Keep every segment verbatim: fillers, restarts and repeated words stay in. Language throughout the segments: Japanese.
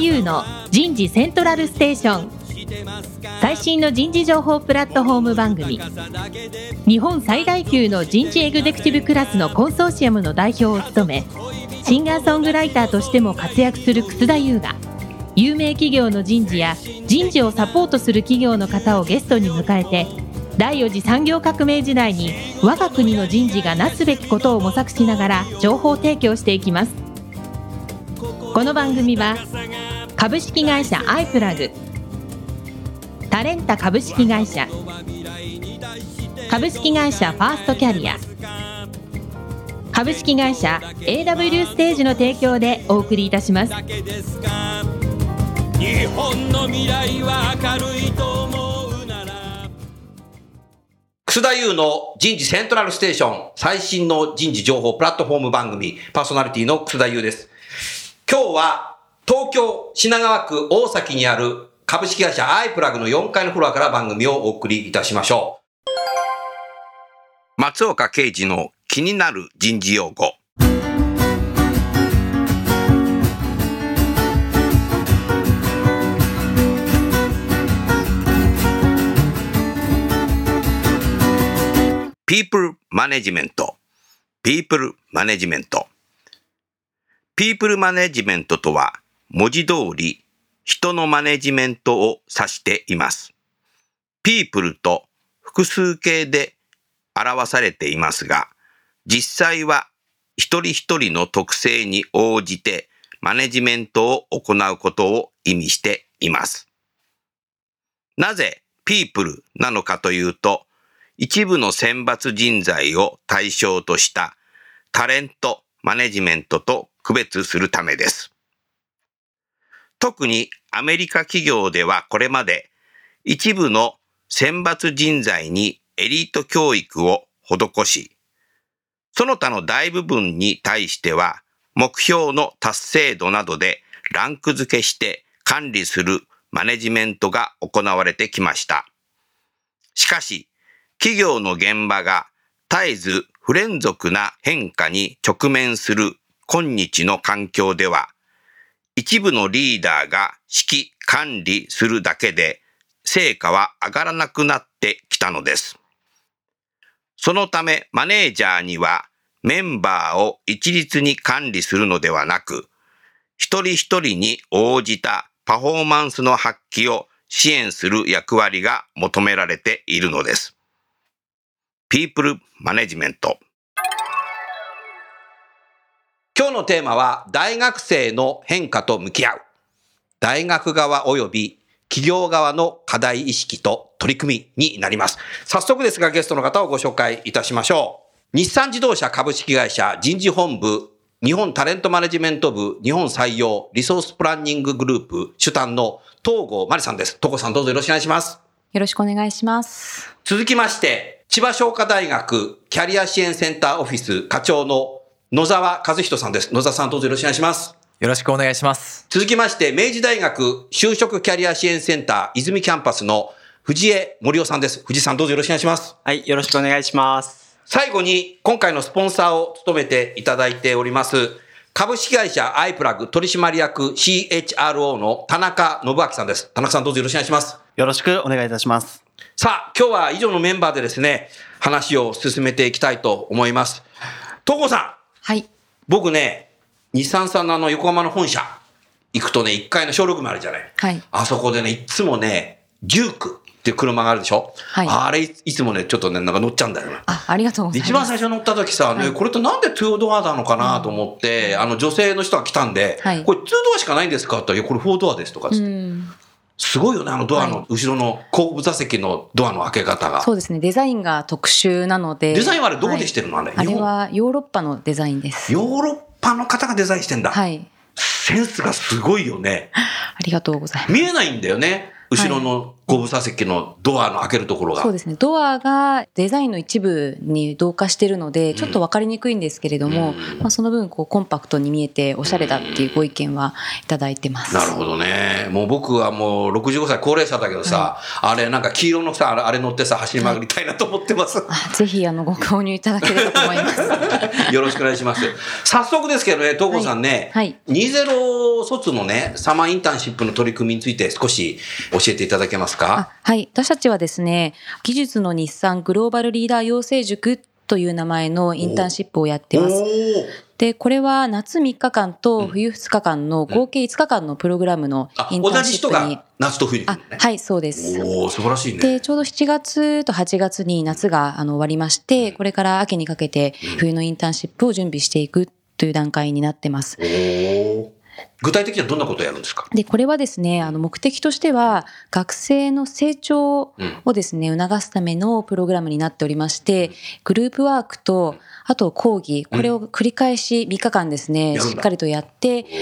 優の人事セントラルステーション、最新の人事情報プラットフォーム番組。日本最大級の人事エグゼクティブクラスのコンソーシアムの代表を務め、シンガーソングライターとしても活躍する楠田優が、有名企業の人事や人事をサポートする企業の方をゲストに迎えて、第四次産業革命時代に我が国の人事がなすべきことを模索しながら情報提供していきます。この番組は株式会社アイプラグ、タレンタ株式会社、株式会社ファーストキャリア、株式会社 エーダブリュー ステージの提供でお送りいたします。 日本の未来は明るいと思うなら。 楠田優の人事セントラルステーション、最新の人事情報プラットフォーム番組、パーソナリティの楠田優です。今日は東京品川区大崎にある株式会社アイプラグのよんかいのフロアから番組をお送りいたしましょう。松岡啓二の気になる人事用語。People Management People Management People Management とは文字通り人のマネジメントを指しています。People と複数形で表されていますが、実際は一人一人の特性に応じてマネジメントを行うことを意味しています。なぜ People なのかというと、一部の選抜人材を対象としたタレントマネジメントと区別するためです。特にアメリカ企業ではこれまで一部の選抜人材にエリート教育を施し、その他の大部分に対しては目標の達成度などでランク付けして管理するマネジメントが行われてきました。しかし、企業の現場が絶えず不連続な変化に直面する今日の環境では、一部のリーダーが指揮管理するだけで成果は上がらなくなってきたのです。そのためマネージャーにはメンバーを一律に管理するのではなく、一人一人に応じたパフォーマンスの発揮を支援する役割が求められているのです。People Management。今日のテーマは大学生の変化と向き合う。大学側及び企業側の課題意識と取り組みになります。早速ですがゲストの方をご紹介いたしましょう。日産自動車株式会社人事本部、日本タレントマネジメント部、日本採用リソースプランニンググループ主担の東郷真理さんです。東郷さん、どうぞよろしくお願いします。 よろしくお願いします。 続きまして、千葉商科大学キャリア支援センターオフィス課長の野沢和人さんです。野沢さん、どうぞよろしくお願いします。 よろしくお願いします。 続きまして、明治大学就職キャリア支援センター泉キャンパスの藤江森夫さんです。藤井さん、どうぞよろしくお願いします。 はい、よろしくお願いします。 最後に、今回のスポンサーを務めていただいております、株式会社アイプラグ取締役 シーエイチアールオー の田中信明さんです。田中さん、どうぞよろしくお願いします。 よろしくお願いいたします。 さあ、今日は以上のメンバーでですね、話を進めていきたいと思います。東郷さん。 はい。 僕ね、日産さんのあの横浜の本社行くとね、いっかいのショールームあるじゃない。 はい。 あそこでね、いつもね、デュークっていう車があるでしょ。はい。あれいつもね、ちょっとね、なんか乗っちゃうんだよね。 あ、ありがとうございます。 一番最初乗った時さ、ね、はい、これとなんでツードアなのかなと思って、うん、あの女性の人が来たんで、はい、これツードアしかないんですかって言ったら、いや、これフォードアですとかつって。うんすごいよね、あのドアの後ろの後部座席のドアの開け方が。 そうですね、デザインが特殊なので。 デザインはあれどこでしてるの、はい、 あれあれはヨーロッパのデザインです。 ヨーロッパの方がデザインしてんだ。 はい。 センスがすごいよね。 ありがとうございます。 見えないんだよね。 後ろの後部座席のドアの開けるところが。 そうですね。ドアがデザインの一部に同化しているので、ちょっと分かりにくいんですけれども、うんまあ、その分こうコンパクトに見えておしゃれだっていうご意見はいただいてます。 なるほどね。もう僕はもうろくじゅうごさい高齢者だけどさ、はい、あれなんか黄色のさ、あれ乗ってさ、走り回りたいなと思ってます。はい、 ぜひあのご購入いただければと思います。 よろしくお願いします。早速ですけどね、東郷さんね、はいはい、にじゅう卒のね、サマーインターンシップの取り組みについて少し教えていただけますか？ はい。私たちはですね、技術の日産グローバルリーダー養成塾という名前のインターンシップをやってます。で、これは夏みっかかんと冬ふつかかんの合計いつかかんのプログラムのインターンシップに。 同じ人が夏と冬に来るのね。 はい、そうです。 おー、素晴らしいね。 で、ちょうどしちがつとはちがつに夏があの終わりまして、これから秋にかけて冬のインターンシップを準備していくという段階になってます。 おー。具体的にはどんなことをやるんですか？ で、これはですね、あの目的としては学生の成長をですね、促すためのプログラムになっておりまして、グループワークとあと講義、これを繰り返しみっかかんですね、しっかりとやって、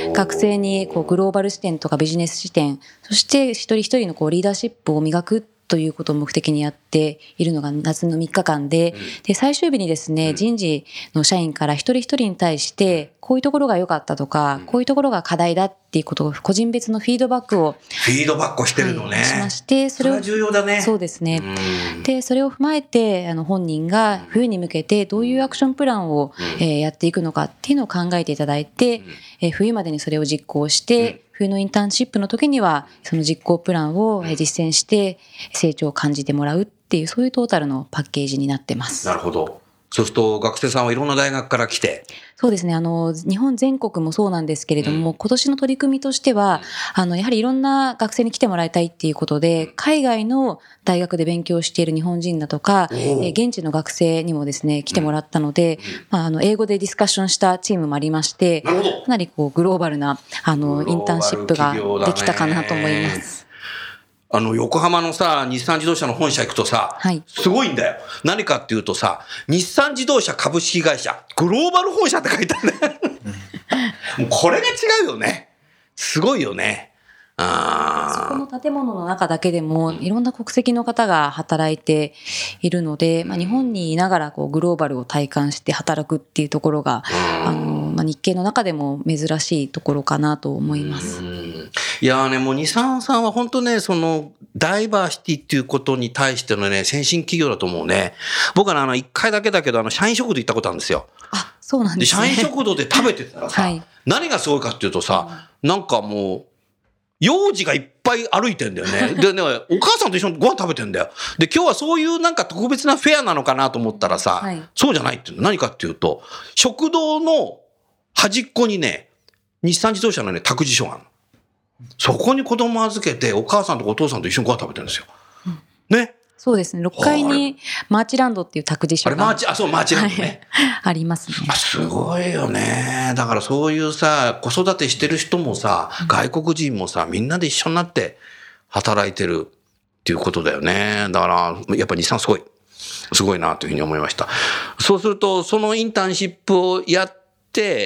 学生にこうグローバル視点とかビジネス視点、そして一人一人のこうリーダーシップを磨くということを目的にやっているのが夏のみっかかんで、で、最終日にですね、人事の社員から一人一人に対して、こういうところが良かったとか、こういうところが課題だっていうことを個人別のフィードバックを。 フィードバックをしてるのね。 はい、しまして、それを。 それは重要だね。 そうですね。で、それを踏まえて、あの、本人が冬に向けてどういうアクションプランを、えー、やっていくのかっていうのを考えていただいて、えー、冬までにそれを実行して、冬のインターンシップの時には、その実行プランを実践して成長を感じてもらうっていう、そういうトータルのパッケージになってます。 なるほど。そうすると学生さんはいろんな大学から来て。 そうですね。あの、日本全国もそうなんですけれども、うん、今年の取り組みとしては、あの、やはりいろんな学生に来てもらいたいっていうことで、海外の大学で勉強している日本人だとか、え現地の学生にもですね、来てもらったので、うん、まあ、あの、英語でディスカッションしたチームもありまして、かなりこう、グローバルな、あの、インターンシップができたかなと思います。 あの、横浜のさ、日産自動車の本社行くとさ、 はい、 すごいんだよ。何かっていうとさ、日産自動車株式会社、グローバル本社って書いてあるね。もうこれが違うよね。すごいよね。あそこの建物の中だけでもいろんな国籍の方が働いているので、まあ、日本にいながらこうグローバルを体感して働くっていうところが、あの、まあ、日系の中でも珍しいところかなと思います。 いやーね、もう日産さんは本当ね、そのダイバーシティっていうことに対してのね、先進企業だと思うね。僕はね、あの一回だけだけど、あの社員食堂行ったことあるんですよ。 あ、そうなんですね。 で、社員食堂で食べてたらさ、はい、何がすごいかっていうとさ、うん、なんかもう、幼児がいっぱい歩いてんだよね。でね、お母さんと一緒にご飯食べてんだよ。で、今日はそういうなんか特別なフェアなのかなと思ったらさ、はい、そうじゃないっていうの。何かっていうと、食堂の端っこにね、日産自動車のね、託児所があるの。そこに子供預けて、お母さんとお父さんと一緒にご飯食べてるんですよ。うん、ね。 そうですね。ろっかいにマーチランドっていう託児所が。 あれ、マーチ、あ、そう、マーチランドね。 はい、ありますね。 すごいよね。だからそういうさ、子育てしてる人もさ、外国人もさ、みんなで一緒になって働いてるっていうことだよね。だから、やっぱり日産すごい。すごいなというふうに思いました。そうすると、そのインターンシップをやって、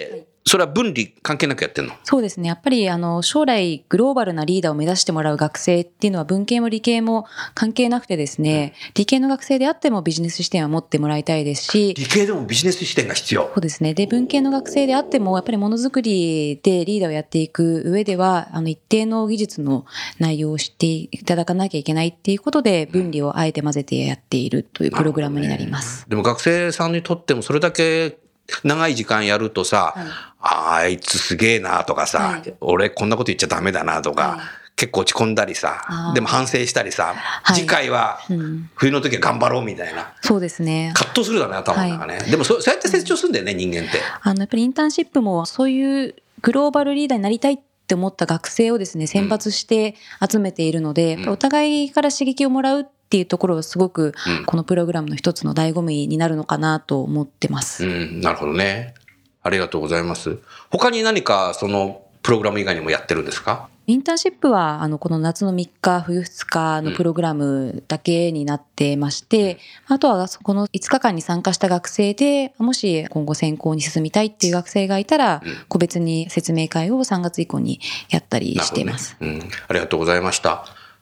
はい、それは分離関係なくやってんの？ そうですね。やっぱりあの将来グローバルなリーダーを目指してもらう学生っていうのは文系も理系も関係なくてですね、うん、理系の学生であってもビジネス視点は持ってもらいたいですし、 理系でもビジネス視点が必要。 そうですね。で、文系の学生であってもやっぱりものづくりでリーダーをやっていく上では、あの一定の技術の内容を知っていただかなきゃいけないっていうことで分離をあえて混ぜてやっているというプログラムになります。 ね、でも学生さんにとってもそれだけ長い時間やるとさ、はい、あ, あいつすげえなとかさ、はい、俺こんなこと言っちゃダメだなとか、はい、結構落ち込んだりさ、でも反省したりさ、はい、次回は冬の時は頑張ろうみたいな。 そうですね。 葛藤するだね、頭の中ね。はい、でもそ、そうやって成長するんだよね、人間って。 あの、やっぱりインターンシップもそういうグローバルリーダーになりたいって思った学生をですね、選抜して集めているので、うん、お互いから刺激をもらうっていうところはすごくこのプログラムの一つの醍醐味になるのかなと思ってます。 うん、なるほどね。ありがとうございます。他に何かそのプログラム以外にもやってるんですか？ インターンシップはあのこの夏のみっか、冬ふつかのプログラムだけになってまして、うん、あとはこのいつかかんに参加した学生で、もし今後専攻に進みたいっていう学生がいたら、うん、個別に説明会をさんがつ以降にやったりしています。 ね、うん。ありがとうございました。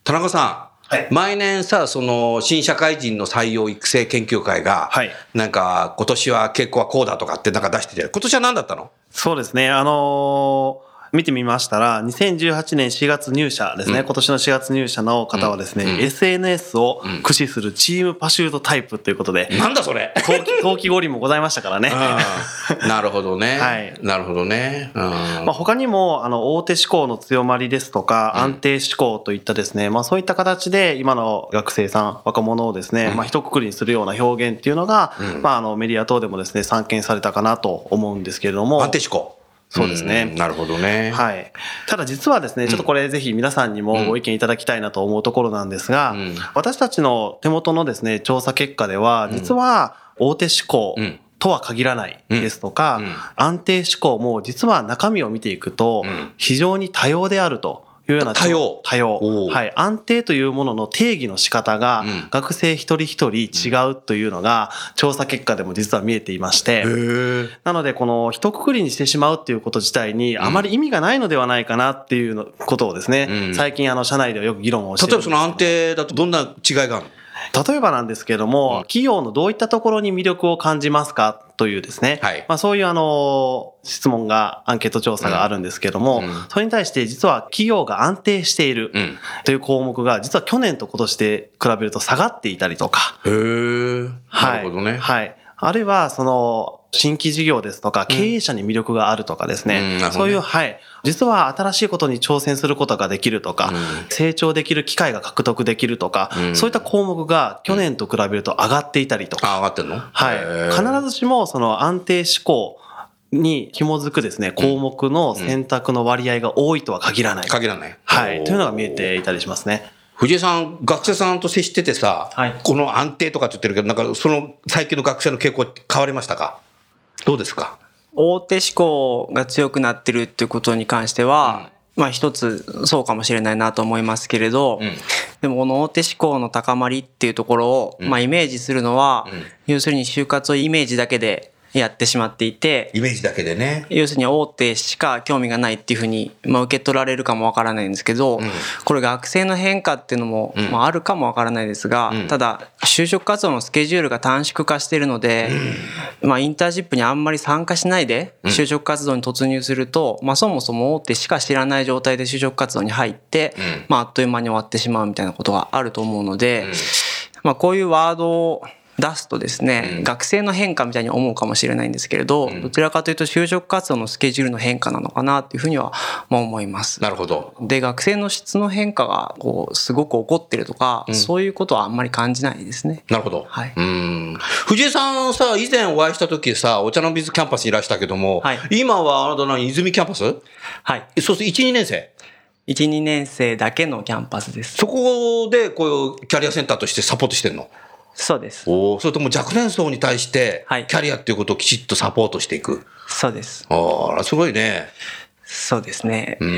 田中さん、はい、毎年さ、その新社会人の採用育成研究会が、はい、なんか今年は傾向はこうだとかってなんか出してて、今年は何だったの？ そうですね、あのー見てみましたら、にせんじゅうはちねんしがつ入社ですね、うん、今年のしがつ入社の方はですね、うん、エスエヌエス を駆使するチームパシュートタイプということで、 なんだそれ冬季五輪もございましたからね。 なるほどね。 はい。 なるほどね。うん、 まあ、他にも、あの、大手志向の強まりですとか、安定志向といったですね、まあそういった形で今の学生さん、若者をですね、うん、まあ一括りにするような表現っていうのが、うん、まああのメディア等でもですね、散見されたかなと思うんですけれども。 安定志向。 そうですね。 なるほどね。 はい。ただ実はですね、ちょっとこれぜひ皆さんにもご意見いただきたいなと思うところなんですが、うん、私たちの手元のですね、調査結果では、実は大手志向とは限らないですとか、うんうん、安定志向も実は中身を見ていくと、非常に多様であると。いうような多様。 多様。はい。安定というものの定義の仕方が、学生一人一人違うというのが、調査結果でも実は見えていまして、なので、この一括りにしてしまうっていうこと自体に、あまり意味がないのではないかなっていうことをですね、うん、最近、あの、社内ではよく議論をしているんです。 例えばその安定だとどんな違いがあるの？ 例えばなんですけれども、企業のどういったところに魅力を感じますかというですね、はい、まあそういうあの、質問が、アンケート調査があるんですけれども、うん、それに対して実は企業が安定しているという項目が、実は去年と今年で比べると下がっていたりとか。 へー。 はい。 なるほどね。 はい。あるいは、その、新規事業ですとか、経営者に魅力があるとかですね。うんうん、そういう、はい。実は新しいことに挑戦することができるとか、うん、成長できる機会が獲得できるとか、うん、そういった項目が去年と比べると上がっていたりとか。 あ、上がってんの？ はい。必ずしも、その安定志向に紐づくですね、項目の選択の割合が多いとは限らない。 限らない。 はい。というのが見えていたりしますね。 藤井さん、学生さんと接しててさ、はい、この安定とかって言ってるけど、なんかその最近の学生の傾向って変わりましたか？どうですか？ 大手志向が強くなってるっていうことに関しては、うん、まあ一つそうかもしれないなと思いますけれど、うん、でもこの大手志向の高まりっていうところを、うん、まあイメージするのは、うん、要するに就活をイメージだけでやってしまっていて、 イメージだけでね。 要するに大手しか興味がないっていうふうに、まあ、受け取られるかもわからないんですけど、うん、これ学生の変化っていうのも、うん、まあ、あるかもわからないですが、うん、ただ就職活動のスケジュールが短縮化しているので、うん、まあ、インターンシップにあんまり参加しないで就職活動に突入すると、うん、まあ、そもそも大手しか知らない状態で就職活動に入って、うん、まあ、あっという間に終わってしまうみたいなことがあると思うので、うん、まあ、こういうワードを出すとですね、うん、学生の変化みたいに思うかもしれないんですけれど、うん、どちらかというと就職活動のスケジュールの変化なのかなというふうにはまあ思います。 なるほど。 で、学生の質の変化がこうすごく起こってるとか、うん、そういうことはあんまり感じないですね。 なるほど。 はい。 うん。藤井さんさ、以前お会いした時さ、お茶の水キャンパスにいらしたけども、はい、今はあなた何、泉キャンパス？はい。そうするといち、にねん生？ いち、にねん生だけのキャンパスです。 そこでこういうキャリアセンターとしてサポートしてんの？ そうです。 お、それとも若年層に対して、キャリアっていうことをきちっとサポートしていく。はい、 そうです。 ああ、すごいね。 そうですね。うん。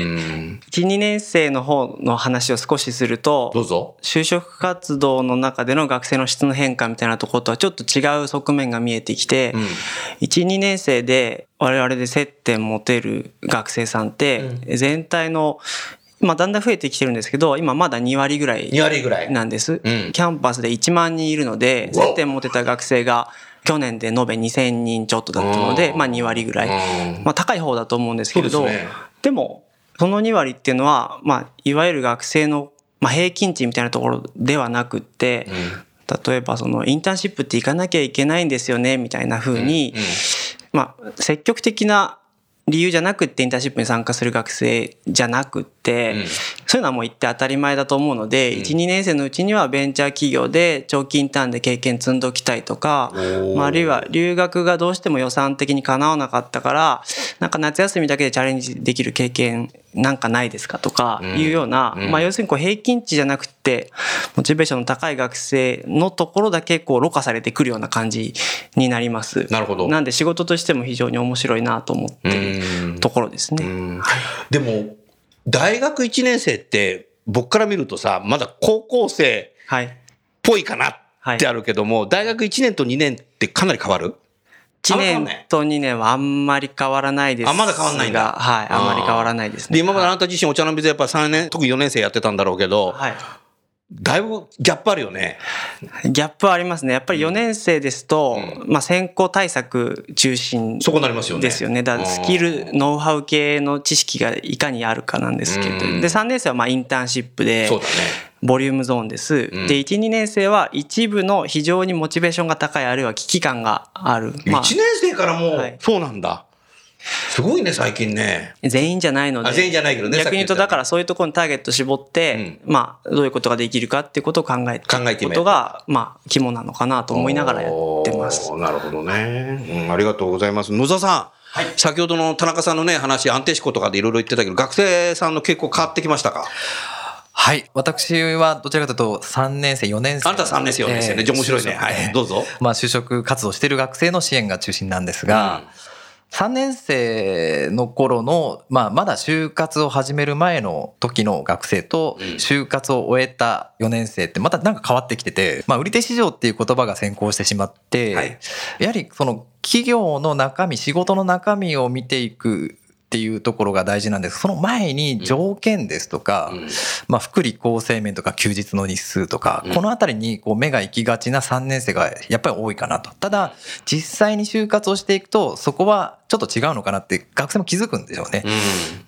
いち、にねん生の方の話を少しすると、 どうぞ。 就職活動の中での学生の質の変化みたいなところとはちょっと違う側面が見えてきて、うん、いち、にねん生で我々で接点持てる学生さんって、うん、全体のまあだんだん増えてきてるんですけど、今まだに割ぐらいなんです。 うん、 キャンパスでいちまん人いるので、接点持てた学生が去年で延べにせんにんちょっとだったので、まあに割ぐらい。まあ高い方だと思うんですけれど、ね、でもそのに割っていうのは、まあいわゆる学生のまあ平均値みたいなところではなくって、うん、例えばそのインターンシップって行かなきゃいけないんですよねみたいな風に、うんうん、まあ積極的な理由じゃなくってインターンシップに参加する学生じゃなくって、うん、そういうのはもう言って当たり前だと思うので、うん、いち、にねん生のうちにはベンチャー企業で長期インターンで経験積んでおきたいとか、まあ、あるいは留学がどうしても予算的にかなわなかったからなんか夏休みだけでチャレンジできる経験なんかないですかとかいうような、うんうん、まあ要するにこう平均値じゃなくてモチベーションの高い学生のところだけこうろ過されてくるような感じになります。 なるほど。 なんで仕事としても非常に面白いなと思ってるところですね。 うんでも大学いちねん生って僕から見るとさまだ高校生っぽいかなってあるけども、はいはい、大学いちねんとにねんってかなり変わる？ いちねんとにねんはあんまり変わらないですが。 あ、まだ変わらないんだ。 はい、あんまり変わらないですね。 で、今まであなた自身お茶の水やっぱさんねん、特によねん生やってたんだろうけど、はい、 だいぶギャップあるよね。 ギャップはありますね。やっぱりよねん生ですと、うん、まあ先行対策中心そこなりますよね。 ですよね。だからスキル、ノウハウ系の知識がいかにあるかなんですけど、うん、でさんねん生はまあインターンシップで、そうだね。ボリュームゾーンです。うん、でいち、にねん生は一部の非常にモチベーションが高いあるいは危機感がある。 まあ、いちねん生からもう、はい、そうなんだ。すごいね、最近ね。 全員じゃないので。 全員じゃないけどね。 逆に言うと、だからそういうところにターゲット絞って、うん、まあ、どういうことができるかっていうことを考えて、考えてみることが、まあ、肝なのかなと思いながらやってます。 なるほどね、うん。ありがとうございます。野沢さん。はい、先ほどの田中さんのね、話、安定志向とかでいろいろ言ってたけど、学生さんの傾向変わってきましたか？ はい。私はどちらかというとさんねん生、よねん生。 あんたさんねん生、よねん生ね。じゃ面白いね。はい。どうぞ。 まあ、就職活動している学生の支援が中心なんですが、うん、さんねん生の頃の、まあ、まだ就活を始める前の時の学生と、就活を終えたよねん生ってまたなんか変わってきてて、まあ、売り手市場っていう言葉が先行してしまって、はい、やはりその企業の中身、仕事の中身を見ていくっていうところが大事なんです。その前に条件ですとか、うん、まあ福利厚生面とか休日の日数とか、うん、このあたりにこう目が行きがちなさんねん生がやっぱり多いかなと。ただ実際に就活をしていくとそこはちょっと違うのかなって学生も気づくんでしょうね。うん、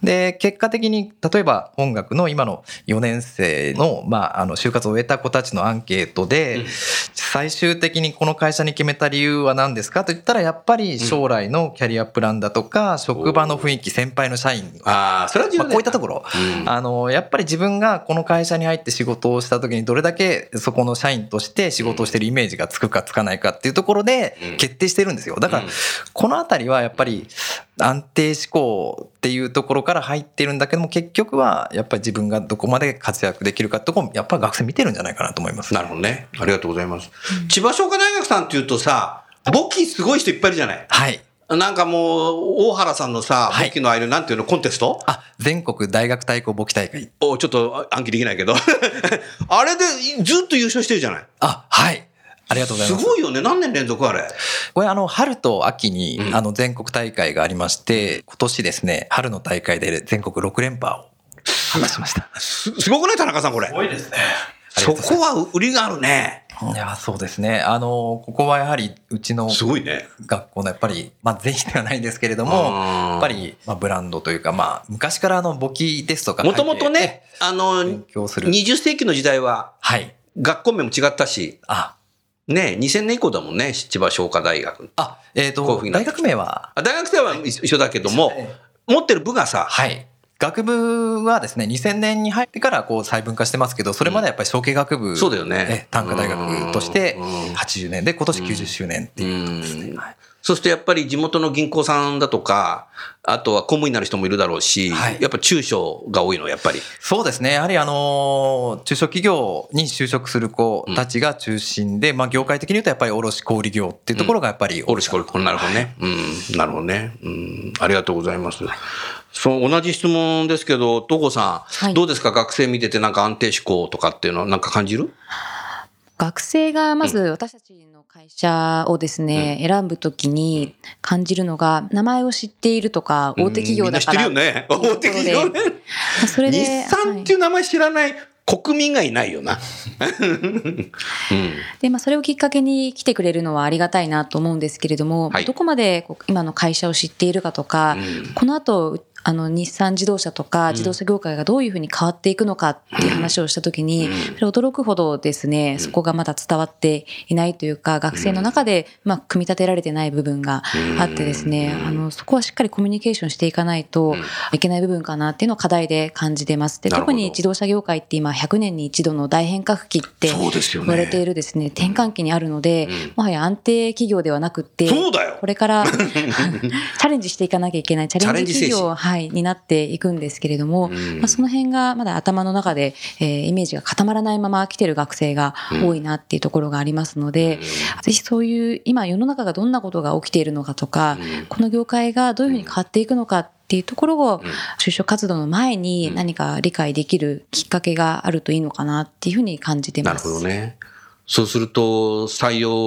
で結果的に例えば音楽の今のよねん生のまああの就活を終えた子たちのアンケートで、うん、最終的にこの会社に決めた理由は何ですかと言ったらやっぱり将来のキャリアプランだとか、うん、職場の雰囲気、先輩の社員、あそれは重要ね。まあ、こういったところ、うん、あのやっぱり自分がこの会社に入って仕事をした時にどれだけそこの社員として仕事をしているイメージがつくかつかないかっていうところで決定してるんですよ。だからこのあたりはやっぱり安定志向っていうところから入ってるんだけども、結局はやっぱり自分がどこまで活躍できるかってところもやっぱり学生見てるんじゃないかなと思います。 なるほどね。ありがとうございます。うん、千葉商科大学さんっていうとさ、簿記すごい人いっぱいいるじゃない。はい。なんかもう大原さんのさ、簿記のあれなんていうのコンテスト？ あ、全国大学対抗簿記大会。 お、ちょっと暗記できないけどあれでずっと優勝してるじゃない。 あ、はい。ありがとうございます。 すごいよね。何年連続あれ。 これあの春と秋にあの全国大会がありまして、うん、今年ですね春の大会で全国ろく連覇を果たしました。 す, すごくない田中さんこれ。 すごいですね。 そこは売りがあるね。 いやそうですね。あのここはやはりうちの学校のやっぱりまあぜひではないんですけれども、やっぱりまあブランドというかまあ昔からあの簿記ですとかもともとねあのにじゅっ世紀の時代は学校名も違ったし。あね、にせんねん以降だもんね、千葉商科大学。 あ、えっと、大学名は大学生は一緒だけども、持ってる部がさ、 はい。学部はですね、にせんねんに入ってからこう細分化してますけど、それまでやっぱり統計学部、うん、 そうだよね。 単科大学としてはちじゅうねんで、今年きゅうじゅっしゅうねんっていうことですね。はい、 そうするとやっぱり地元の銀行さんだとか、あとは公務員になる人もいるだろうし、はい、やっぱ中小が多いの、やっぱり。 そうですね。やはりあの、中小企業に就職する子たちが中心で、うん、まあ業界的に言うとやっぱり卸小売業っていうところがやっぱり、 うん、卸小売、なるほどね。はい、うん、なるほどね。うん、ありがとうございます。はい、そう、同じ質問ですけど、東郷さん、はい、どうですか？学生見ててなんか安定志向とかっていうのはなんか感じる？ 学生がまず私たちの会社をですね、うん、選ぶときに感じるのが、名前を知っているとか、大手企業だから。 みんな知ってるよね。大手企業ね。それで。日産っていう名前知らない国民がいないよな。うん、 で、まあ、それをきっかけに来てくれるのはありがたいなと思うんですけれども、はい、どこまで今の会社を知っているかとか、うん、この後、あの日産自動車とか自動車業界がどういうふうに変わっていくのかっていう話をしたときに、驚くほどですね、そこがまだ伝わっていないというか、学生の中でまあ組み立てられてない部分があってですね、あのそこはしっかりコミュニケーションしていかないといけない部分かなっていうのを課題で感じてます。で、特に自動車業界って今ひゃくねんに一度の大変革期って言われているですね、転換期にあるので、もはや安定企業ではなくって、これからチャレンジしていかなきゃいけないチャレンジ企業はい、になっていくんですけれども、まあ、その辺がまだ頭の中で、えー、イメージが固まらないまま来てる学生が多いなっていうところがありますので、ぜひそういう今世の中がどんなことが起きているのかとか、この業界がどういうふうに変わっていくのかっていうところを就職活動の前に何か理解できるきっかけがあるといいのかなっていうふうに感じてます。 なるほどね。そうすると採用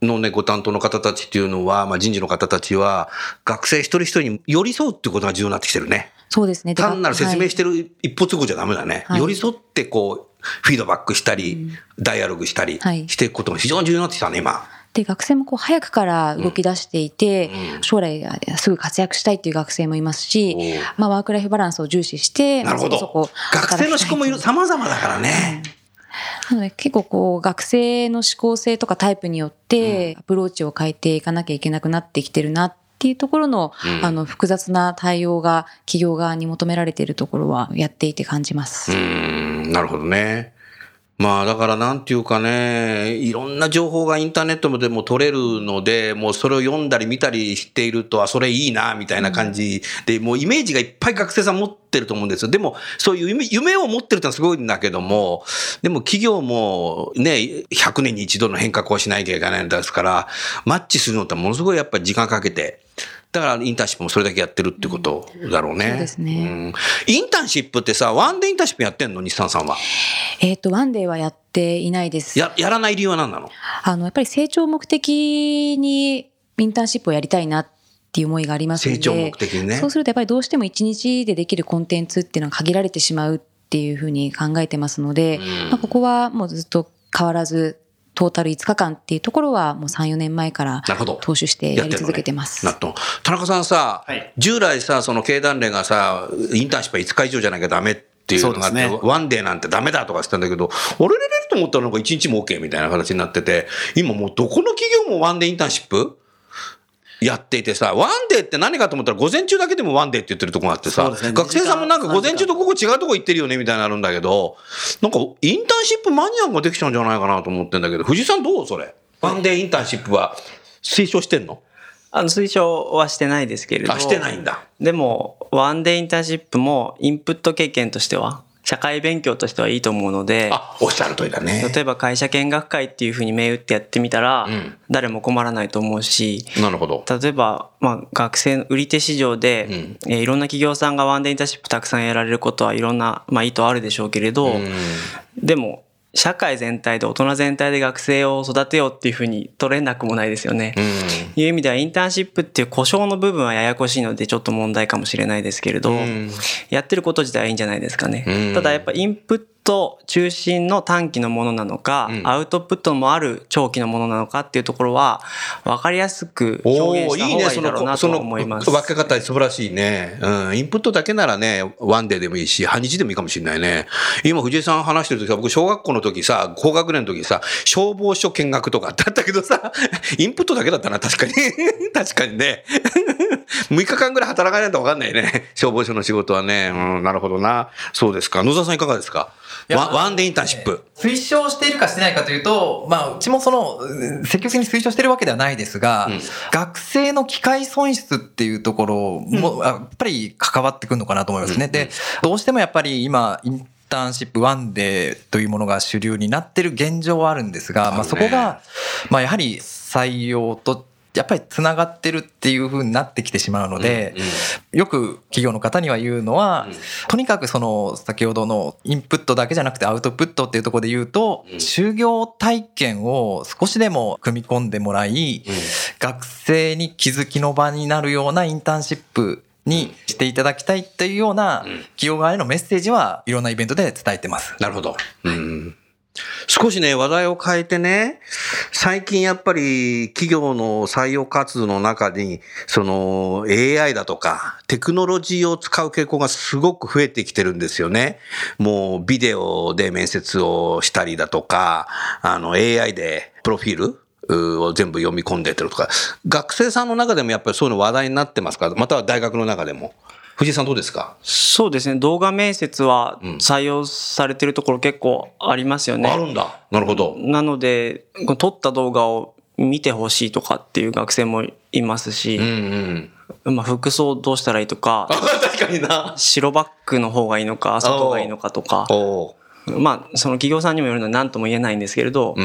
のね、ご担当の方たちっていうのは、まあ、人事の方たちは、学生一人一人に寄り添うっていうことが重要になってきてるね。 そうですね。 単なる説明してる一方通行じゃダメだね。 はい、 寄り添ってこう、フィードバックしたり、うん、ダイアログしたりしていくことが非常に重要になってきたね、今。 で、学生もこう早くから動き出していて、うん、将来すぐ活躍したいっていう学生もいますし、まあ、ワークライフバランスを重視して、 なるほど。そこ学生の思考も様々だからね。 なので結構こう学生の思考性とかタイプによってアプローチを変えていかなきゃいけなくなってきてるなっていうところの、うん、あの複雑な対応が企業側に求められているところはやっていて感じます。 うーん、なるほどね。まあだからなんていうかね、いろんな情報がインターネットでも取れるので、もうそれを読んだり見たりしていると、あ、それいいな、みたいな感じで、もうイメージがいっぱい学生さん持ってると思うんですよ。でも、そういう夢、夢を持ってるってのはすごいんだけども、でも企業もね、ひゃくねんに一度の変革をしないといけないんですから、マッチするのってものすごいやっぱり時間かけて、だからインターンシップもそれだけやってるってことだろうね。 そうですね。うん、 インターンシップってさ、ワンデーインターンシップやってんの？日産さんは。 えっと、ワンデーはやっていないです。 や、やらない理由は何なの？ あの、やっぱり成長目的にインターンシップをやりたいなっていう思いがありますので。 成長目的にね。 そうするとやっぱりどうしても一日でできるコンテンツっていうのは限られてしまうっていうふうに考えてますので、うんまあ、ここはもうずっと変わらず、トータルいつかかんっていうところはもうさん、よねんまえから投資してやり続けてます。 なるほど。田中さんさ、はい、従来さ、その経団連がさ、インターンシップはいつか以上じゃなきゃダメっていうのがあって、ね、ワンデーなんてダメだとか言ってたんだけど、あれれれと思ったらなんかいちにちも OK みたいな形になってて、今もうどこの企業もワンデーインターンシップやっていてさ、ワンデーって何かと思ったら午前中だけでもワンデーって言ってるとこがあってさ、ね、学生さんもなんか午前中とここ違うとこ行ってるよねみたいになるんだけど、なんかインターンシップマニアができちゃうんじゃないかなと思ってんだけど、藤井さんどうそれ？ワンデーインターンシップは推奨してんの？ あの推奨はしてないですけれど。 あ、してないんだ。 でもワンデーインターンシップもインプット経験としては社会勉強としてはいいと思うので、 あ、おっしゃる通りだね。 例えば会社見学会っていうふうに銘打ってやってみたら、うん、誰も困らないと思うし、 なるほど。 例えば、まあ、学生の売り手市場で、うんえー、いろんな企業さんがワンデーインターンシップたくさんやられることはいろんな、まあ、意図あるでしょうけれど、うん、でも社会全体で大人全体で学生を育てようっていうふうに取れなくもないですよね。うん、いう意味ではインターンシップっていう故障の部分はややこしいのでちょっと問題かもしれないですけれど、うん、やってること自体はいいんじゃないですかね。うん、ただやっぱインプット中心の短期のものなのか、うん、アウトプットもある長期のものなのかっていうところは分かりやすく表現した方がいいだろうなと思います。 いいね、その分け方素晴らしいね、うん。インプットだけならね、ワンデーでもいいし、半日でもいいかもしれないね。今藤井さん話してる時は僕小学校の時さ、高学年の時さ、消防署見学とかあったけどさ、インプットだけだったな、確かに。確かにね。むいかかんぐらい働かないと分かんないね。消防署の仕事はね。うん、なるほどな。そうですか。野沢さんいかがですか？ワ, ワンデーインターンシップ。 推奨しているかしてないかというと、まあ、うちもその、積極的に推奨しているわけではないですが、うん、学生の機会損失っていうところも、うん、やっぱり関わってくるのかなと思いますね。うん、で、どうしてもやっぱり今、インターンシップワンデーというものが主流になっている現状はあるんですが、まあ、そこが、まあ、やはり採用と、やっぱりつながってるっていう風になってきてしまうので、うんうん、よく企業の方には言うのは、うん、とにかくその先ほどのインプットだけじゃなくてアウトプットっていうところで言うと、うん、就業体験を少しでも組み込んでもらい、うん、学生に気づきの場になるようなインターンシップにしていただきたいっていうような企業側へのメッセージはいろんなイベントで伝えてます。 なるほど。うん少しね、話題を変えてね、最近やっぱり企業の採用活動の中に、その エーアイ だとかテクノロジーを使う傾向がすごく増えてきてるんですよね。もうビデオで面接をしたりだとか、あの エーアイ でプロフィールを全部読み込んでってるとか、学生さんの中でもやっぱりそういうの話題になってますか？または大学の中でも。藤井さんどうですか？ そうですね。動画面接は採用されてるところ結構ありますよね。 あるんだ。なるほど。 なので、撮った動画を見てほしいとかっていう学生もいますし、うんうん、まあ服装どうしたらいいとか、 確かにな。 白バックの方がいいのか、外がいいのかとか、まあその企業さんにもよるので何とも言えないんですけれど、うん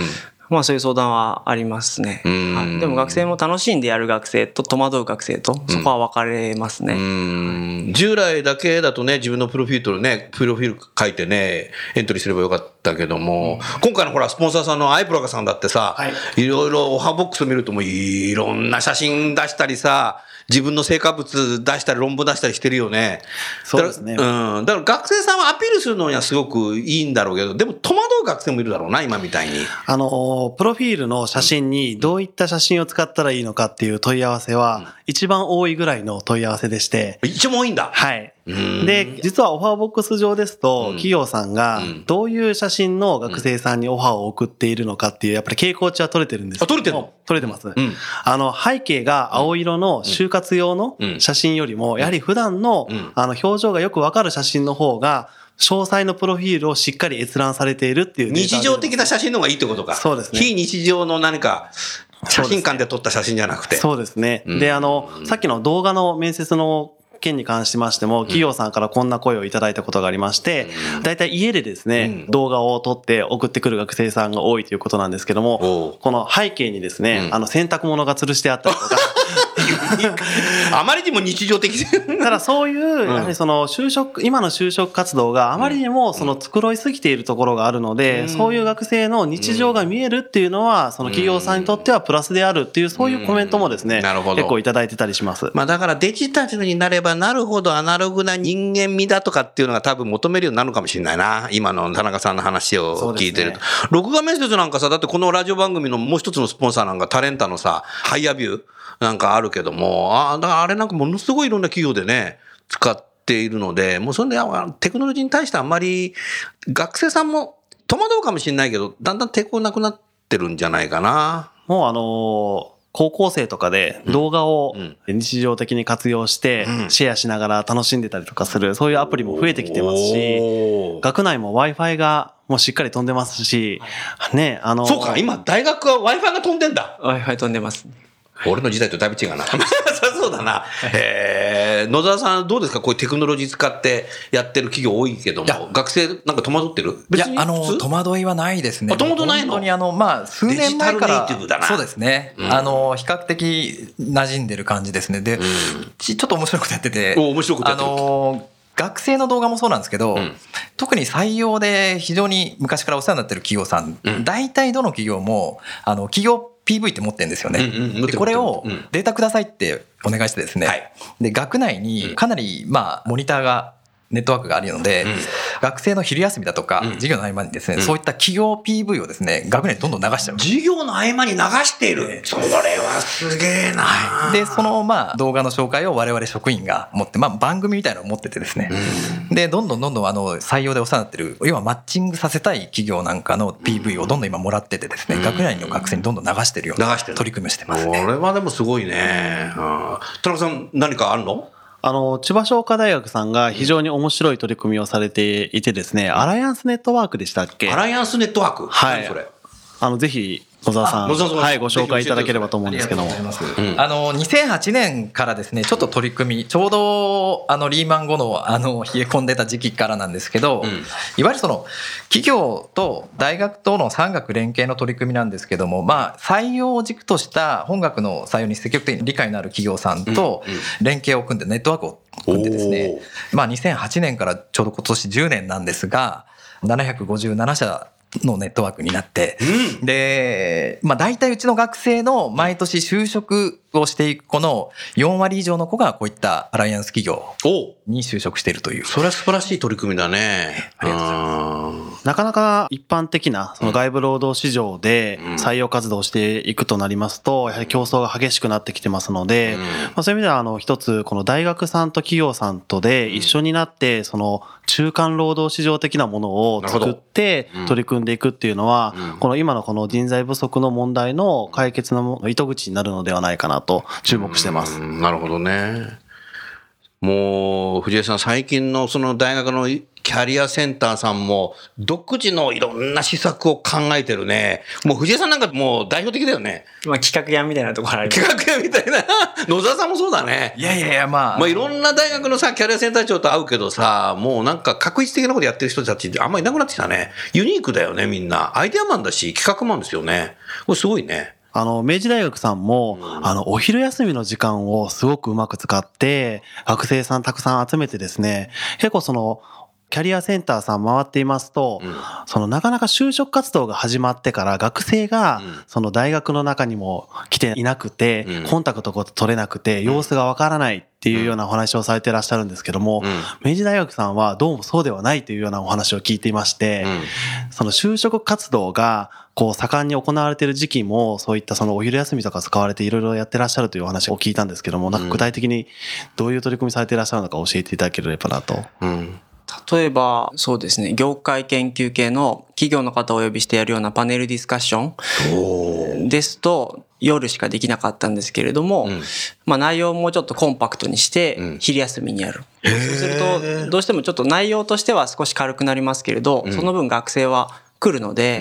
まあそういう相談はありますね。はい、でも学生も楽しんでやる学生と戸惑う学生とそこは分かれますね。 うんうん、従来だけだとね、自分のプロフィールね、プロフィール書いてね、エントリーすればよかったけども、うん、今回のほら、スポンサーさんのアイプラカさんだってさ、はい、いろいろオファーボックス見るともういろんな写真出したりさ、自分の成果物出したり論文出したりしてるよね。 そうですね。 だから、うん、だから学生さんはアピールするのにはすごくいいんだろうけど、でも戸惑う学生もいるだろうな、今みたいに。 あの、プロフィールの写真にどういった写真を使ったらいいのかっていう問い合わせは、一番多いぐらいの問い合わせでして。 一番多いんだ。 はい。で、実はオファーボックス上ですと、企業さんがどういう写真の学生さんにオファーを送っているのかっていう、やっぱり傾向値は取れてるんですけど。 あ、取れてるの？ 取れてます。 うん、 あの、背景が青色の就活用の写真よりも、やはり普段の、あの、表情がよくわかる写真の方が、詳細のプロフィールをしっかり閲覧されているっていう。 日常的な写真の方がいいってことか。 そうですね。 非日常の何か、写真館で撮った写真じゃなくて。 そうですね。で、であの、さっきの動画の面接の件に関しましても、企業さんからこんな声をいただいたことがありまして、だいたい家でですね、うん、動画を撮って送ってくる学生さんが多いということなんですけども、この背景にですね、うん、あの洗濯物が吊るしてあったりとか、 あまりにも日常的ただそういう、やはりその就職、今の就職活動があまりにもその繕いすぎているところがあるので、うん、そういう学生の日常が見えるっていうのは、その企業さんにとってはプラスであるっていう、そういうコメントもですね、うん、結構いただいてたりします。 まあだからデジタルになればなるほどアナログな人間味だとかっていうのが多分求めるようになるのかもしれないな。今の田中さんの話を聞いてると。ね、録画面接なんかさ、だってこのラジオ番組のもう一つのスポンサーなんかタレンタのさ、ハイアビューなんかあるけども、ああ、だからあれなんかものすごいいろんな企業でね、使っているので、もうそれでテクノロジーに対してあんまり学生さんも戸惑うかもしれないけど、だんだん抵抗なくなってるんじゃないかな。 もうあのー、高校生とかで動画を日常的に活用してシェアしながら楽しんでたりとかする、そういうアプリも増えてきてますし、学内も Wi-Fi がもうしっかり飛んでますし、ね、あのー、 そうか、今大学は Wi-Fi が飛んでんだ。 Wi-Fi 飛んでます。 俺の時代とだいぶ違うな。そうだな。えー、野沢さんどうですか？こういうテクノロジー使ってやってる企業多いけども、学生なんか戸惑ってる？ 別にいや、あの、戸惑いはないですね。 戸惑いないの？ 本当にあの、まあ、数年前から、 デジタルネイティブだな。 そうですね。うん、あの、比較的馴染んでる感じですね。で、うん、ちょっと面白いことやってて、 お、面白いことやってる。 あの、学生の動画もそうなんですけど、うん、特に採用で非常に昔からお世話になってる企業さん、うん、大体どの企業も、あの、企業ピーブイ って持ってるんですよね。うんうん、でこれをデータくださいってお願いしてですね、はい、で学内にかなりまあモニターがネットワークがあるので、うん、学生の昼休みだとか、うん、授業の合間にですね、うん、そういった企業 ピーブイ をですね、学内にどんどん流しちゃう。 授業の合間に流している。それはすげえな、 はい。で、そのまあ動画の紹介を我々職員が持って、まあ番組みたいなのを持っててですね、うん、で、どんどんどんどんあの採用でお世話になってる、要はマッチングさせたい企業なんかの ピーブイ をどんどん今もらっててですね、うん、学内の学生にどんどん流してるような取り組みをしてますね。 これはでもすごいね。うん、田中さん何かあるの？ あの、千葉商科大学さんが非常に面白い取り組みをされていてですね、アライアンスネットワークでしたっけ？ アライアンスネットワーク？ はい。 何それ？ あの、ぜひ、野沢さん、はい、ご紹介いただければと思うんですけども。 あの、にせんはちねんからですね、ちょっと取り組み、ちょうど、あの、リーマン後の、あの、冷え込んでた時期からなんですけど、うん、いわゆるその、企業と大学との産学連携の取り組みなんですけども、まあ、採用を軸とした本学の採用に積極的に理解のある企業さんと連携を組んで、ネットワークを組んでですね、まあ、にせんはちねんからちょうど今年じゅうねんなんですが、ななひゃくごじゅうななしゃのネットワークになって、うん、で、まあ大体うちの学生の毎年就職をしていく子のよんわり以上の子がこういったアライアンス企業に就職しているという。 それは素晴らしい取り組みだね。 ありがとうございます。なかなか一般的なその外部労働市場で採用活動をしていくとなりますと、やはり競争が激しくなってきてますので、うん、まあ、そういう意味ではあの一つこの大学さんと企業さんとで一緒になってその中間労働市場的なものを作って取り組んでいくっていうのは、この今のこの人材不足の問題の解決の糸口になるのではないかなと注目してます。 なるほどね。もう藤江さん、最近のその大学の企キャリアセンターさんも独自のいろんな施策を考えてるね。もう藤江さんなんかもう代表的だよね。 まあ企画屋みたいなところあります。 企画屋みたいな。野沢さんもそうだね。 いやいやいや、まあ。 まあいろんな大学のさ、キャリアセンター長と会うけどさ、もうなんか確実的なことやってる人たちってあんまりいなくなってきたね。ユニークだよね、みんな。アイデアマンだし、企画マンですよね。これすごいね。 あの、明治大学さんも、うん、あの、お昼休みの時間をすごくうまく使って、学生さんたくさん集めてですね、結構その、キャリアセンターさん回っていますと、うん、そのなかなか就職活動が始まってから学生がその大学の中にも来ていなくて、うん、コンタクトが取れなくて様子がわからないっていうようなお話をされていらっしゃるんですけども、うん、明治大学さんはどうもそうではないというようなお話を聞いていまして、うん、その就職活動がこう盛んに行われている時期もそういったそのお昼休みとか使われていろいろやってらっしゃるというお話を聞いたんですけども、なんか具体的にどういう取り組みされていらっしゃるのか教えていただければなと。 うん例えば、そうですね、業界研究系の企業の方をお呼びしてやるようなパネルディスカッションですと、夜しかできなかったんですけれども、うん、まあ内容をもうちょっとコンパクトにして、昼休みにやる。うん、そうすると、どうしてもちょっと内容としては少し軽くなりますけれど、うん、その分学生は来るので、うん、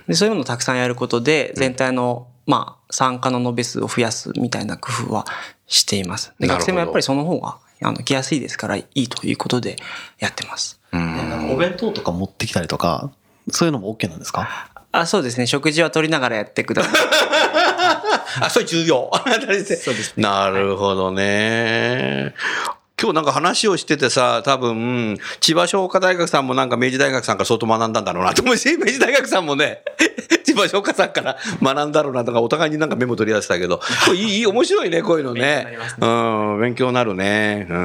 でそういうものをたくさんやることで、全体の、まあ、参加の延べ数を増やすみたいな工夫はしています。で学生もやっぱりその方が、あの来やすいですからいいということでやってます。 うん、お弁当とか持ってきたりとかそういうのも OK なんですか？ あ、そうですね。食事は取りながらやってください。 あ、それ重要。 そうですね。 なるほどね。今日なんか話をしててさ、多分、千葉商科大学さんもなんか明治大学さんから相当学んだんだろうなと思うし、明治大学さんもね、千葉商科さんから学んだろうなとか、お互いになんかメモ取り出したけど、いい、いい、面白いね、こういうのね。勉強になりますね。うん、勉強になるね。うん、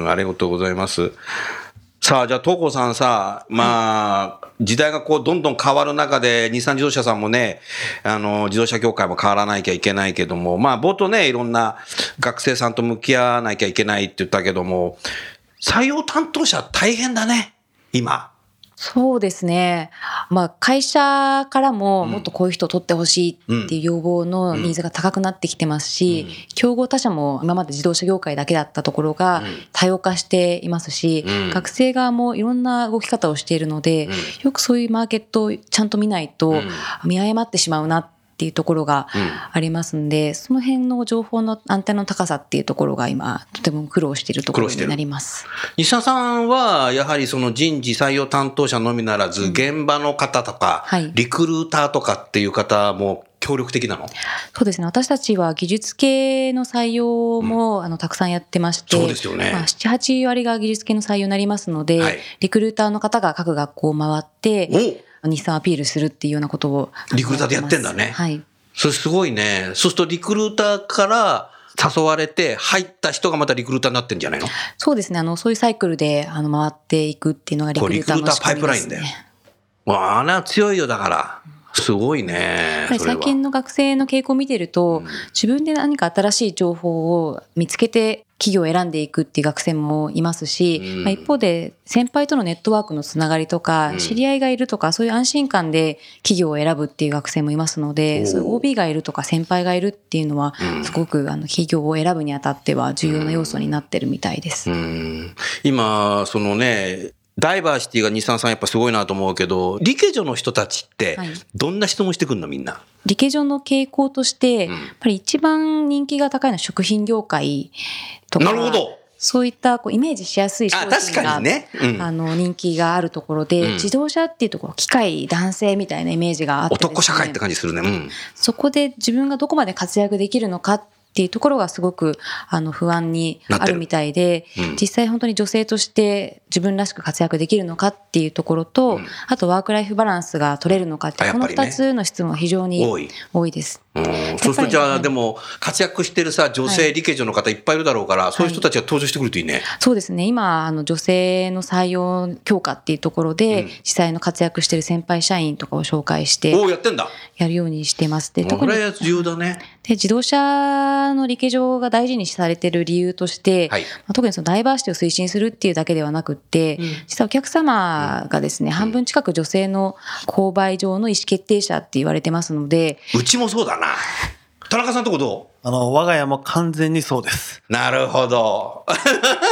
ありがとうございます。さあ、じゃあ、東光さんさ、まあ、時代がこう、どんどん変わる中で、日産自動車さんもね、あの、自動車業界も変わらなきゃいけないけども、まあ、冒頭ね、いろんな学生さんと向き合わなきゃいけないって言ったけども、採用担当者大変だね、今。 そうですね。まあ会社からももっとこういう人を取ってほしいっていう要望のニーズが高くなってきてますし、競合他社も今まで自動車業界だけだったところが多様化していますし、学生側もいろんな動き方をしているので、よくそういうマーケットをちゃんと見ないと見誤ってしまうなってっていうところがありますんで、うん、その辺の情報のアンテナの高さっていうところが今とても苦労しているところになります。 西田さんはやはりその人事採用担当者のみならず、うん、現場の方とか、はい、リクルーターとかっていう方も協力的なの？ そうですね。私たちは技術系の採用も、うん、あのたくさんやってまして、 そうですよね。 まあ、なな、はち割が技術系の採用になりますので、はい、リクルーターの方が各学校を回って日産アピールするっていうようなことをリクルーターでやってんだね。 はい。 それすごいね。そうするとリクルーターから誘われて入った人がまたリクルーターになってんじゃないの？ そうですね。あのそういうサイクルであの回っていくっていうのがリクルーターの仕組みですね。リクルーターパイプラインだよ。わあ、な強いよだから。すごいね。 最近の学生の傾向を見てると、うん、自分で何か新しい情報を見つけて企業を選んでいくっていう学生もいますし、うんまあ、一方で先輩とのネットワークのつながりとか、うん、知り合いがいるとかそういう安心感で企業を選ぶっていう学生もいますので、そういう オービー がいるとか先輩がいるっていうのは、うん、すごくあの企業を選ぶにあたっては重要な要素になってるみたいです。 うんうん、今そのねダイバーシティが日産さんやっぱすごいなと思うけど、理系女の人たちってどんな質問してくるのみんな？ 理系女の傾向として、うん、やっぱり一番人気が高いのは食品業界とか。 なるほど。 そういったこうイメージしやすい商品が、あ、確かにね、うん、あの人気があるところで、うん、自動車っていうところ機械男性みたいなイメージがあってですね、 男社会って感じするね、うん、 そこで自分がどこまで活躍できるのかっていうところがすごくあの不安にあるみたいで、うん、実際本当に女性として自分らしく活躍できるのかっていうところと、うん、あとワークライフバランスが取れるのかっていう、このふたつの質問は非常に多い、多いです。 うん、そうするとじゃあでも活躍してるさ女性理系女の方いっぱいいるだろうから、はい、そういう人たちが登場してくるといいね。 そうですね。今あの女性の採用強化っていうところで、うん、実際の活躍してる先輩社員とかを紹介しておやってんだやるようにしてます。で、 特にこれは重要だね。 で自動車の理系女が大事にされている理由として、はい、まあ、特にそのダイバーシティを推進するっていうだけではなくって、うん、実はお客様がですね、うん、半分近く女性の購買上の意思決定者って言われてますので、 うちもそうだな。田中さんとこどう？ あの我が家も完全にそうです。 なるほど。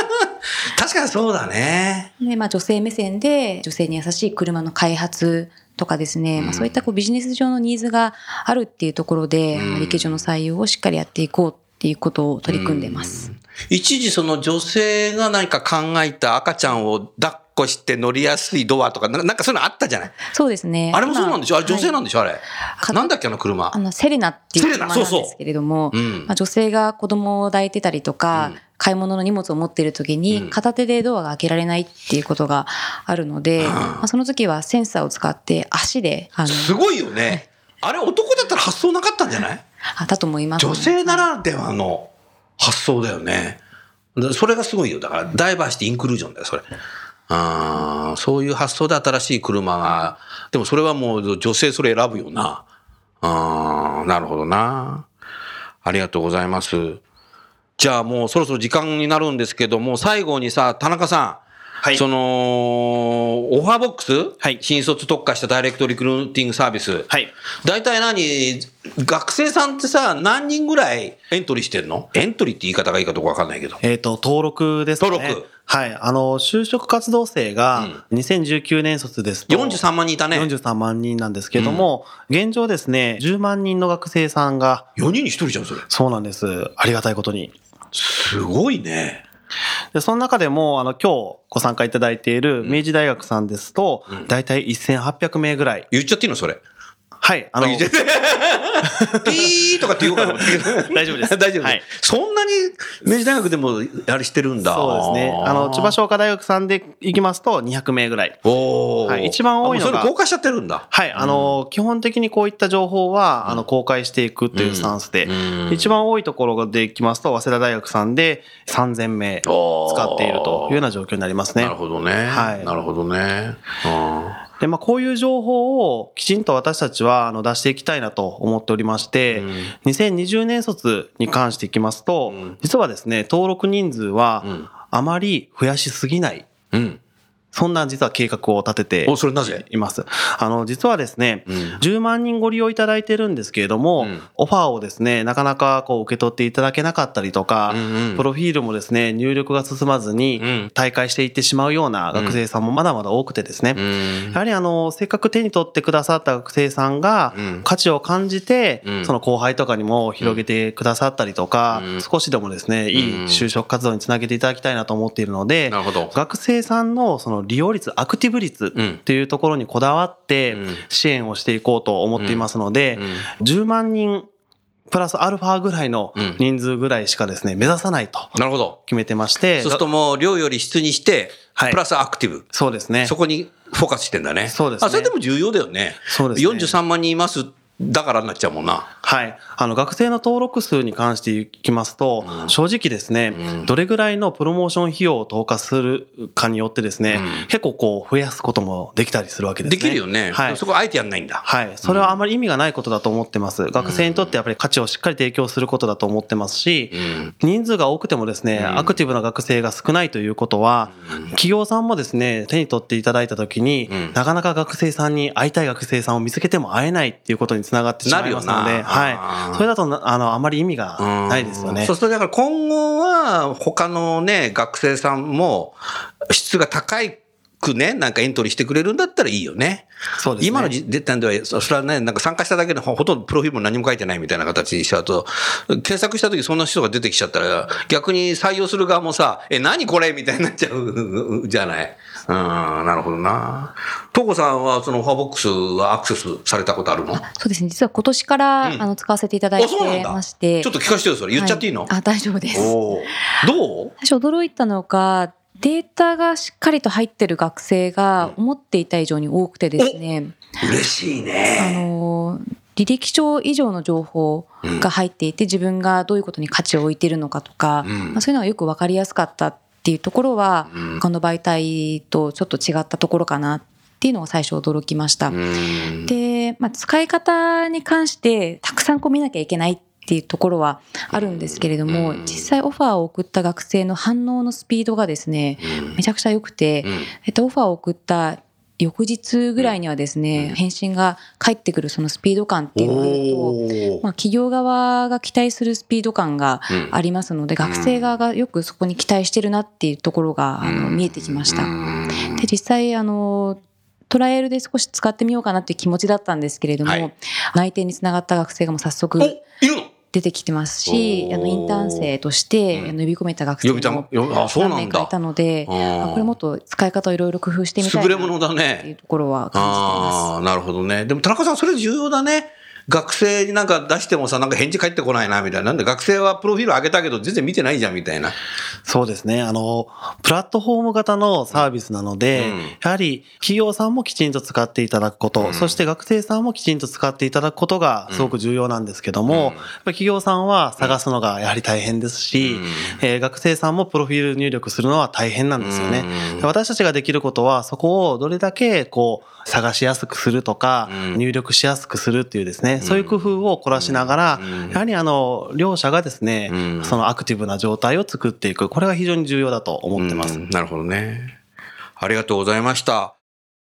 確かにそうだね。 で、まあ女性目線で女性に優しい車の開発とかですね、まあ、そういったこうビジネス上のニーズがあるっていうところで、うん、理系上の採用をしっかりやっていこうっていうことを取り組んでます。 一時その女性が何か考えた赤ちゃんを抱っこして乗りやすいドアとか、なんかそういうのあったじゃない。 そうですね。 あれもそうなんでしょ、あれ女性なんでしょ、はい、あれ。なんだっけあの車。 あの、セレナっていう車なんですけれども、そうそう、うん、まあ、女性が子供を抱いてたりとか、うん、買い物の荷物を持っている時に片手でドアが開けられないっていうことがあるので、うん、まあ、その時はセンサーを使って足で、あの、 すごいよね。あれ男だったら発想なかったんじゃない？ あ、だと思います、ね。 女性ならではの発想だよね。それがすごいよ。だからダイバーシティインクルージョンだよ、それ。あ、そういう発想で新しい車が、でもそれはもう女性それ選ぶよな。あ、なるほどな。ありがとうございます。じゃあもうそろそろ時間になるんですけども、最後にさ、田中さん。はい、その、オファーボックス、はい、新卒特化したダイレクトリクルーティングサービス。はい、大体何、学生さんってさ、何人ぐらいエントリーしてんの？エントリーって言い方がいいかどうかわかんないけど。 えっと、登録ですね。 登録。 はい。あの、就職活動生がにせんじゅうきゅうねん卒ですと、 よんじゅうさんまんにんいたね。 よんじゅうさんまんにんなんですけども、うん、現状ですね、じゅうまんにんの学生さんが。 よにんにひとりじゃん、それ。 そうなんです。ありがたいことに。 すごいね。 で、その中でも、あの、今日ご参加いただいている明治大学さんですと、うん、だいたいせんはっぴゃくめいぐらい。 言っちゃっていいのそれ。 はい。あの、 ピーとかって言おうかな。 大丈夫です。 大丈夫です。はい、そんなに明治大学でもあれしてるんだ。 そうですね。あの、千葉商科大学さんで行きますとにひゃくめいぐらい。 おー。 はい。一番多いのが。 それ公開しちゃってるんだ。 はい。あの、うん、基本的にこういった情報は、あの、公開していくというスタンスで、うんうん、一番多いところで行きますと、早稲田大学さんでさんぜんめい使っているというような状況になりますね。 なるほどね。はい。なるほどね。 で、まあ、こういう情報をきちんと私たちはあの出していきたいなと思っておりまして、うん、にせんにじゅうねん卒に関していきますと、うん、実はですね、登録人数はあまり増やしすぎない。うん、そんな実は計画を立ててお、それなぜ？ います。あの、実はですね、うん、じゅうまんにんご利用いただいてるんですけれども、うん、オファーをですね、なかなかこう受け取っていただけなかったりとか、うんうん、プロフィールもですね、入力が進まずに退会していってしまうような学生さんもまだまだ多くてですね、うん、やはりあの、せっかく手に取ってくださった学生さんが価値を感じて、うん、その後輩とかにも広げてくださったりとか、うん、少しでもですね、いい就職活動につなげていただきたいなと思っているので、 なるほど。 学生さんのその利用率、アクティブ率っていうところにこだわって支援をしていこうと思っていますので、じゅうまんにんプラスアルファぐらいの人数ぐらいしかですね、目指さないと決めてまして。 そうするともう量より質にして、プラスアクティブ。はい、 そうですね。 そこにフォーカスしてんだね。 そうですね。 あ、それでも重要だよね。 そうですね。 よんじゅうさんまんにんいます。だからになっちゃうもんな。 はい。あの、学生の登録数に関していきますと、うん、正直ですね、うん、どれぐらいのプロモーション費用を投下するかによってですね、うん、結構こう、増やすこともできたりするわけですね。 できるよね。はい。そこあえてやんないんだ。 はい。それはあまり意味がないことだと思ってます。うん、学生にとってやっぱり価値をしっかり提供することだと思ってますし、うん、人数が多くてもですね、うん、アクティブな学生が少ないということは、うん、企業さんもですね、手に取っていただいたときに、うん、なかなか学生さんに会いたい学生さんを見つけても会えないっていうことにつながってしまいますので、はい。それだと、あの、あまり意味がないですよね。 そうすると、だから今後は、他のね、学生さんも、質が高くね、なんかエントリーしてくれるんだったらいいよね。 そうですね。 今の時点では、それはね、なんか参加しただけでほとんどプロフィールも何も書いてないみたいな形にしちゃうと、検索した時そんな人が出てきちゃったら、逆に採用する側もさ、え、何これみたいになっちゃうじゃない。うん、なるほどな。トコさんはそのオファーボックスはアクセスされたことあるの？ そうですね。実は今年から、うん、あの使わせていただいてまして。 ちょっと聞かせてよ、それ。言っちゃっていいの？はい、 あ、大丈夫です。 おどう？ 最初驚いたのが、データがしっかりと入ってる学生が思っていた以上に多くてですね。 嬉しいね。 あの、履歴書以上の情報が入っていて、自分がどういうことに価値を置いているのかとか、うん、まあ、そういうのがよく分かりやすかったっていうところは、うん、他の媒体とちょっと違ったところかなっていうのが最初驚きました。うん、で、まあ、使い方に関してたくさんこう見なきゃいけないっていうところはあるんですけれども、実際オファーを送った学生の反応のスピードがですね、めちゃくちゃ良くて、えっと、オファーを送った翌日ぐらいにはですね、うん、返信が返ってくるそのスピード感っていうのを見ると、まあ、企業側が期待するスピード感がありますので、うん、学生側がよくそこに期待してるなっていうところが、うん、あの見えてきました。で、実際あのトライアルで少し使ってみようかなっていう気持ちだったんですけれども、はい、内定につながった学生がもう早速出てきてますし、あのインターン生として呼び込めた学生も何名かいたので、あ、これもっと使い方をいろいろ工夫してみたいなっていうところは感じています。 あ、なるほどね。でも田中さん、それ重要だね。学生になんか出してもさ、なんか返事返ってこないなみたいな。なんで学生はプロフィール上げたけど全然見てないじゃんみたいな。 そうですね。あの、プラットフォーム型のサービスなので、うん、やはり企業さんもきちんと使っていただくこと、うん、そして学生さんもきちんと使っていただくことがすごく重要なんですけども、うん、やっぱり企業さんは探すのがやはり大変ですし、うん、えー、学生さんもプロフィール入力するのは大変なんですよね。うん、で、私たちができることは、そこをどれだけこう、探しやすくするとか、うん、入力しやすくするっていうですね、そういう工夫を凝らしながら、うん、やはりあの、両者がですね、うん、そのアクティブな状態を作っていく。これが非常に重要だと思ってます。 うん、なるほどね。ありがとうございました。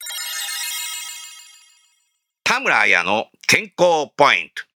田村彩の健康ポイント。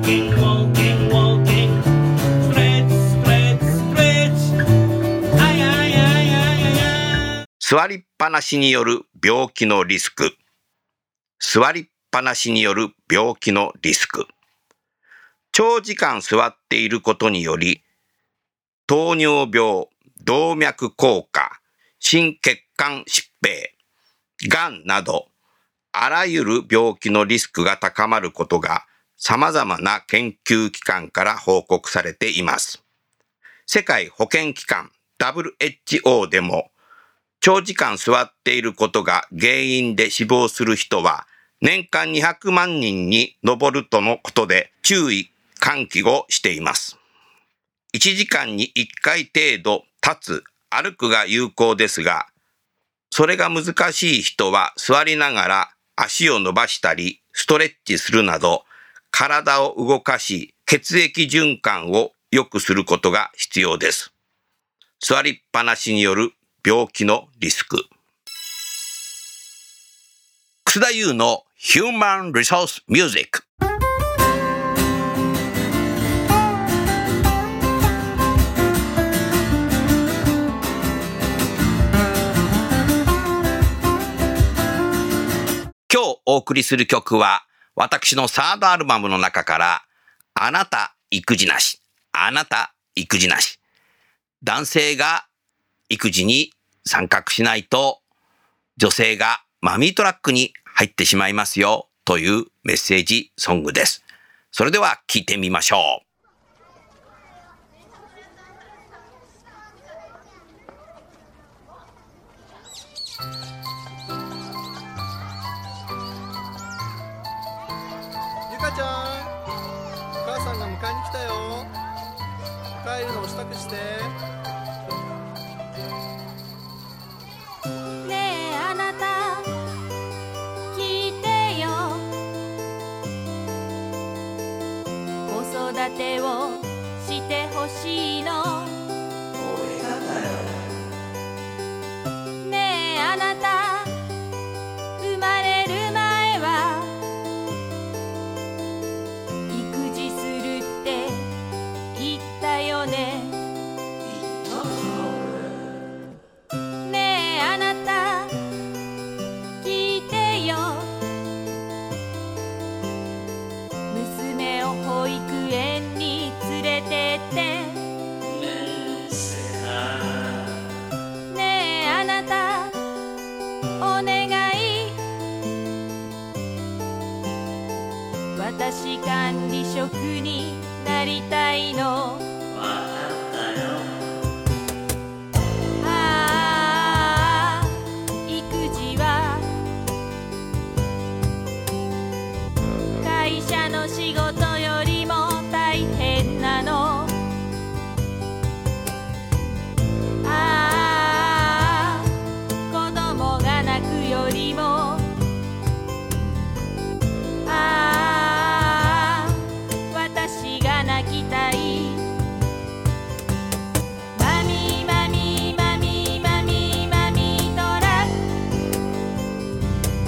座りっぱなしによる病気のリスク。座りっぱなしによる病気のリスク。長時間座っていることにより、糖尿病、動脈硬化、心血管疾病、がんなど、あらゆる病気のリスクが高まることが様々な研究機関から報告されています。世界保健機関 ダブリューエイチオー でも、長時間座っていることが原因で死亡する人は年間にひゃくまんにんに上るとのことで注意喚起をしています。いちじかんにいっかい程度立つ、歩くが有効ですが、それが難しい人は座りながら足を伸ばしたりストレッチするなど体を動かし血液循環を良くすることが必要です。座りっぱなしによる病気のリスク。楠田優の Human Resource Music。今日お送りする曲は、私のサードアルバムの中から、あなた育児なし、あなた育児なし。男性が育児に参画しないと女性がマミートラックに入ってしまいますよというメッセージソングです。それでは聞いてみましょう。 ゆかちゃん、お母さんが迎えに来たよ。帰るのを支度して。 育てをしてほしいの。ねえあなた、生まれる前は育児するって言ったよね。ねえあなた、聞いてよ。娘を保育園に連れてって。ねえあなた、お願い。私管理職になりたいの。ああ、育児は会社の仕事よりも大変なの。ああ、子供が泣くよりも。ああ、私が泣きたい。マミーマミーマミーマミーマミートラック。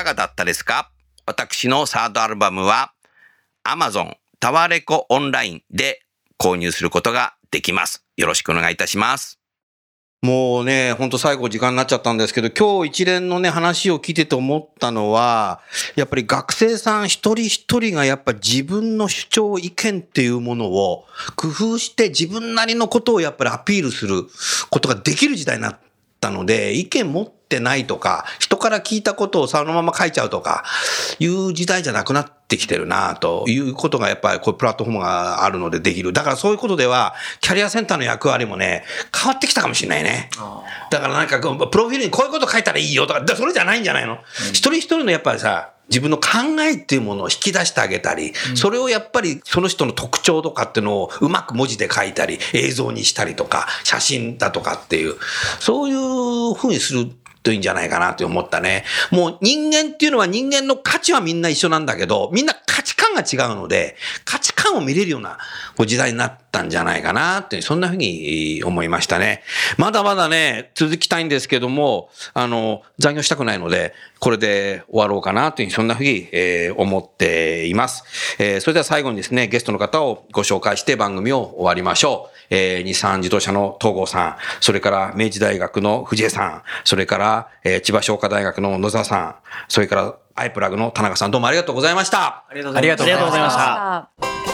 がだったですか？私のサードアルバムは Amazon タワレコオンラインで購入することができます。よろしくお願いいたします。もうね、ほんと最後時間になっちゃったんですけど、今日一連のね、話を聞いてて思ったのは、やっぱり学生さん一人一人がやっぱ自分の主張、意見っていうものを工夫して自分なりのことをやっぱりアピールすることができる時代になったので、意見持ってないとか、人から聞いたことをそのまま書いちゃうとか、いう時代じゃなくなってきてるなということがやっぱりこういうプラットフォームがあるのでできる。だからそういうことでは、キャリアセンターの役割もね、変わってきたかもしれないね。だからなんか、プロフィールにこういうこと書いたらいいよとか、それじゃないんじゃないの、うん、一人一人のやっぱりさ、自分の考えっていうものを引き出してあげたり、うん、それをやっぱりその人の特徴とかっていうのをうまく文字で書いたり、映像にしたりとか、写真だとかっていう、そういう風にするといいんじゃないかなって思ったね。もう人間っていうのは人間の価値はみんな一緒なんだけど、みんな価値観が違うので、価値観を見れるような時代になったんじゃないかなって、そんな風に思いましたね。まだまだね、続きたいんですけども、あの、残業したくないので、これで終わろうかなという、そんな風に、えー、思っています。えー、それでは最後にですね、ゲストの方をご紹介して番組を終わりましょう。えー、日産自動車の東郷さん、それから明治大学の藤江さん、それから、えー、千葉商科大学の野沢さん、それからアイプラグの田中さん、どうもありがとうございました。 ありがとうございました。ありがとうございました。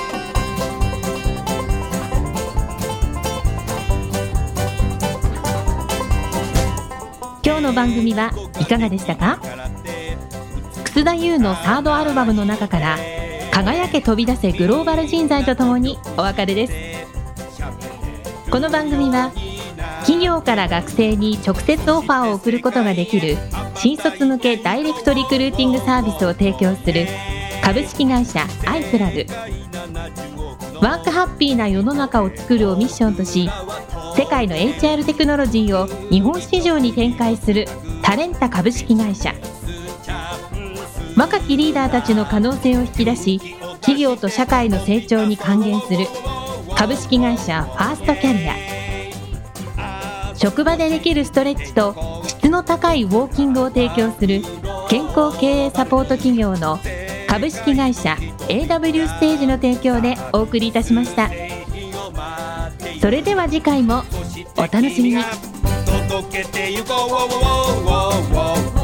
今日の番組はいかがでしたか？楠田優のサードアルバムの中から輝け飛び出せグローバル人材とともにお別れです。この番組は企業から学生に直接オファーを送ることができる新卒向けダイレクトリクルーティングサービスを提供する株式会社アイプラグ、ワークハッピーな世の中を作るをミッションとし、世界の エイチアール テクノロジーを日本市場に展開するタレンタ株式会社、若きリーダーたちの可能性を引き出し、企業と社会の成長に還元する株式会社ファーストキャリア、職場でできるストレッチと質の高いウォーキングを提供する健康経営サポート企業の株式会社 エーダブリュー ステージの提供でお送りいたしました。それでは次回もお楽しみに。届けてゆこう